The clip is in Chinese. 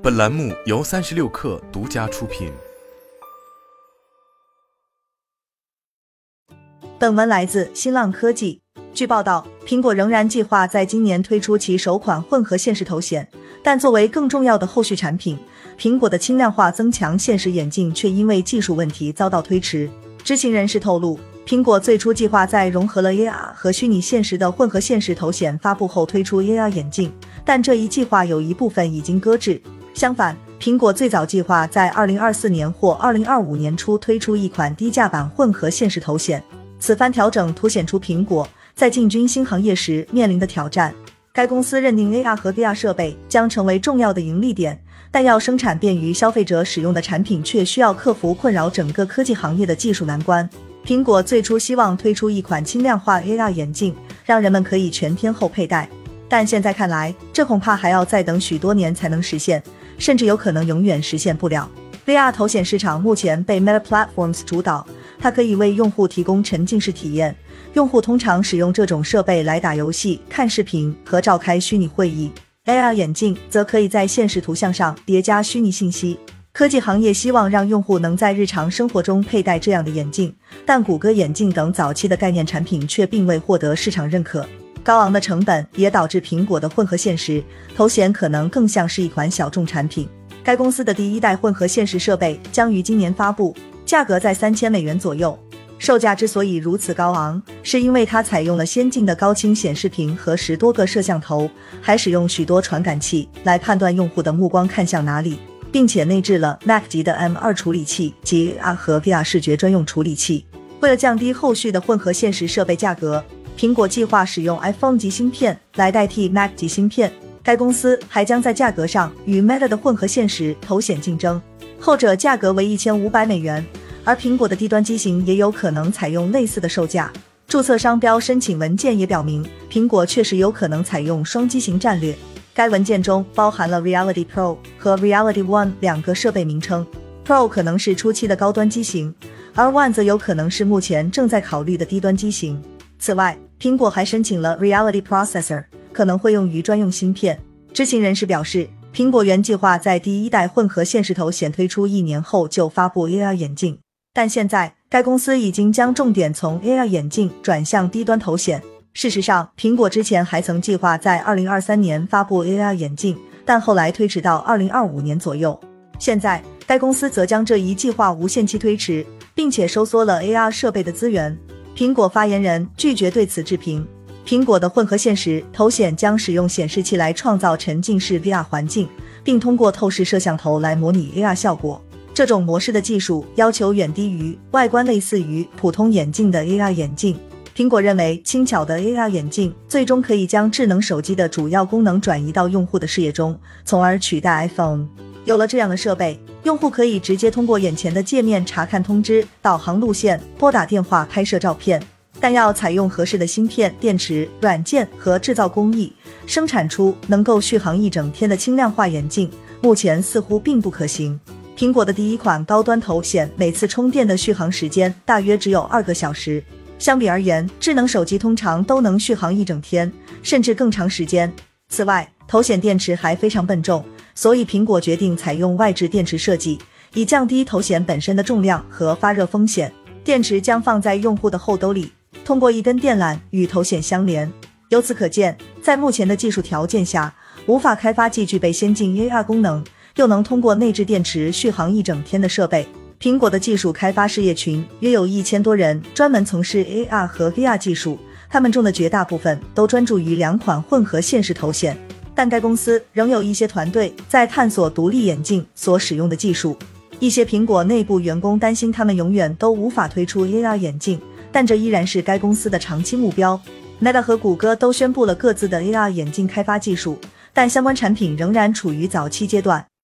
本栏目由36氪独家出品。 本文来自新浪科技。据报道，苹果仍然计划在今年推出其首款混合现实头显，但作为更重要的后续产品，苹果的轻量化增强现实眼镜却因为技术问题遭到推迟。知情人士透露，苹果最初计划在融合了 AR 和虚拟现实的混合现实头显发布后推出 AR 眼镜，但这一计划有一部分已经搁置。相反，苹果最早计划在2024年或2025年初推出一款低价版混合现实头显。此番调整凸显出苹果在进军新行业时面临的挑战。该公司认定 AR 和 VR 设备将成为重要的盈利点，但要生产便于消费者使用的产品却需要克服困扰整个科技行业的技术难关。苹果最初希望推出一款轻量化 AR 眼镜，让人们可以全天候佩戴，但现在看来，这恐怕还要再等许多年才能实现，甚至有可能永远实现不了。VR 头显市场目前被 Meta Platforms 主导，它可以为用户提供沉浸式体验，用户通常使用这种设备来打游戏、看视频和召开虚拟会议。AR 眼镜则可以在现实图像上叠加虚拟信息。科技行业希望让用户能在日常生活中佩戴这样的眼镜，但谷歌眼镜等早期的概念产品却并未获得市场认可。高昂的成本也导致苹果的混合现实头显可能更像是一款小众产品。该公司的第一代混合现实设备将于今年发布，价格在$3000左右。售价之所以如此高昂，是因为它采用了先进的高清显示屏和10多个摄像头，还使用许多传感器来判断用户的目光看向哪里，并且内置了 Mac 级的 M2 处理器及 AR 和 VR 视觉专用处理器。为了降低后续的混合现实设备价格，苹果计划使用 iPhone 级芯片来代替 Mac 级芯片。该公司还将在价格上与 Meta 的混合现实头显竞争，后者价格为$1500，而苹果的低端机型也有可能采用类似的售价。注册商标申请文件也表明，苹果确实有可能采用双机型战略。该文件中包含了 Reality Pro 和 Reality One 两个设备名称， Pro 可能是初期的高端机型，而 One 则有可能是目前正在考虑的低端机型。此外，苹果还申请了 Reality Processor， 可能会用于专用芯片。知情人士表示，苹果原计划在第一代混合现实头显推出1年后就发布 AR 眼镜，但现在该公司已经将重点从 AR 眼镜转向低端头显。事实上，苹果之前还曾计划在2023年发布 AR 眼镜，但后来推迟到2025年左右。现在该公司则将这一计划无限期推迟，并且收缩了 AR 设备的资源。苹果发言人拒绝对此置评。苹果的混合现实头显将使用显示器来创造沉浸式 VR 环境，并通过透视摄像头来模拟 AR 效果。这种模式的技术要求远低于外观类似于普通眼镜的 AR 眼镜。苹果认为，轻巧的 AR 眼镜最终可以将智能手机的主要功能转移到用户的视野中，从而取代 iPhone。有了这样的设备，用户可以直接通过眼前的界面查看通知、导航路线、拨打电话、拍摄照片。但要采用合适的芯片、电池、软件和制造工艺，生产出能够续航一整天的轻量化眼镜，目前似乎并不可行。苹果的第一款高端头显每次充电的续航时间大约只有2个小时，相比而言，智能手机通常都能续航一整天，甚至更长时间。此外，头显电池还非常笨重，所以苹果决定采用外置电池设计，以降低头显本身的重量和发热风险。电池将放在用户的后兜里，通过一根电缆与头显相连。由此可见，在目前的技术条件下，无法开发既具备先进 AR 功能，又能通过内置电池续航一整天的设备。苹果的技术开发事业群约有1000多人，专门从事 AR 和 VR 技术，他们中的绝大部分都专注于2款混合现实头显。但该公司仍有一些团队在探索独立眼镜所使用的技术。一些苹果内部员工担心他们永远都无法推出 AR 眼镜，但这依然是该公司的长期目标。Meta 和谷歌都宣布了各自的 AR 眼镜开发技术，但相关产品仍然处于早期阶段。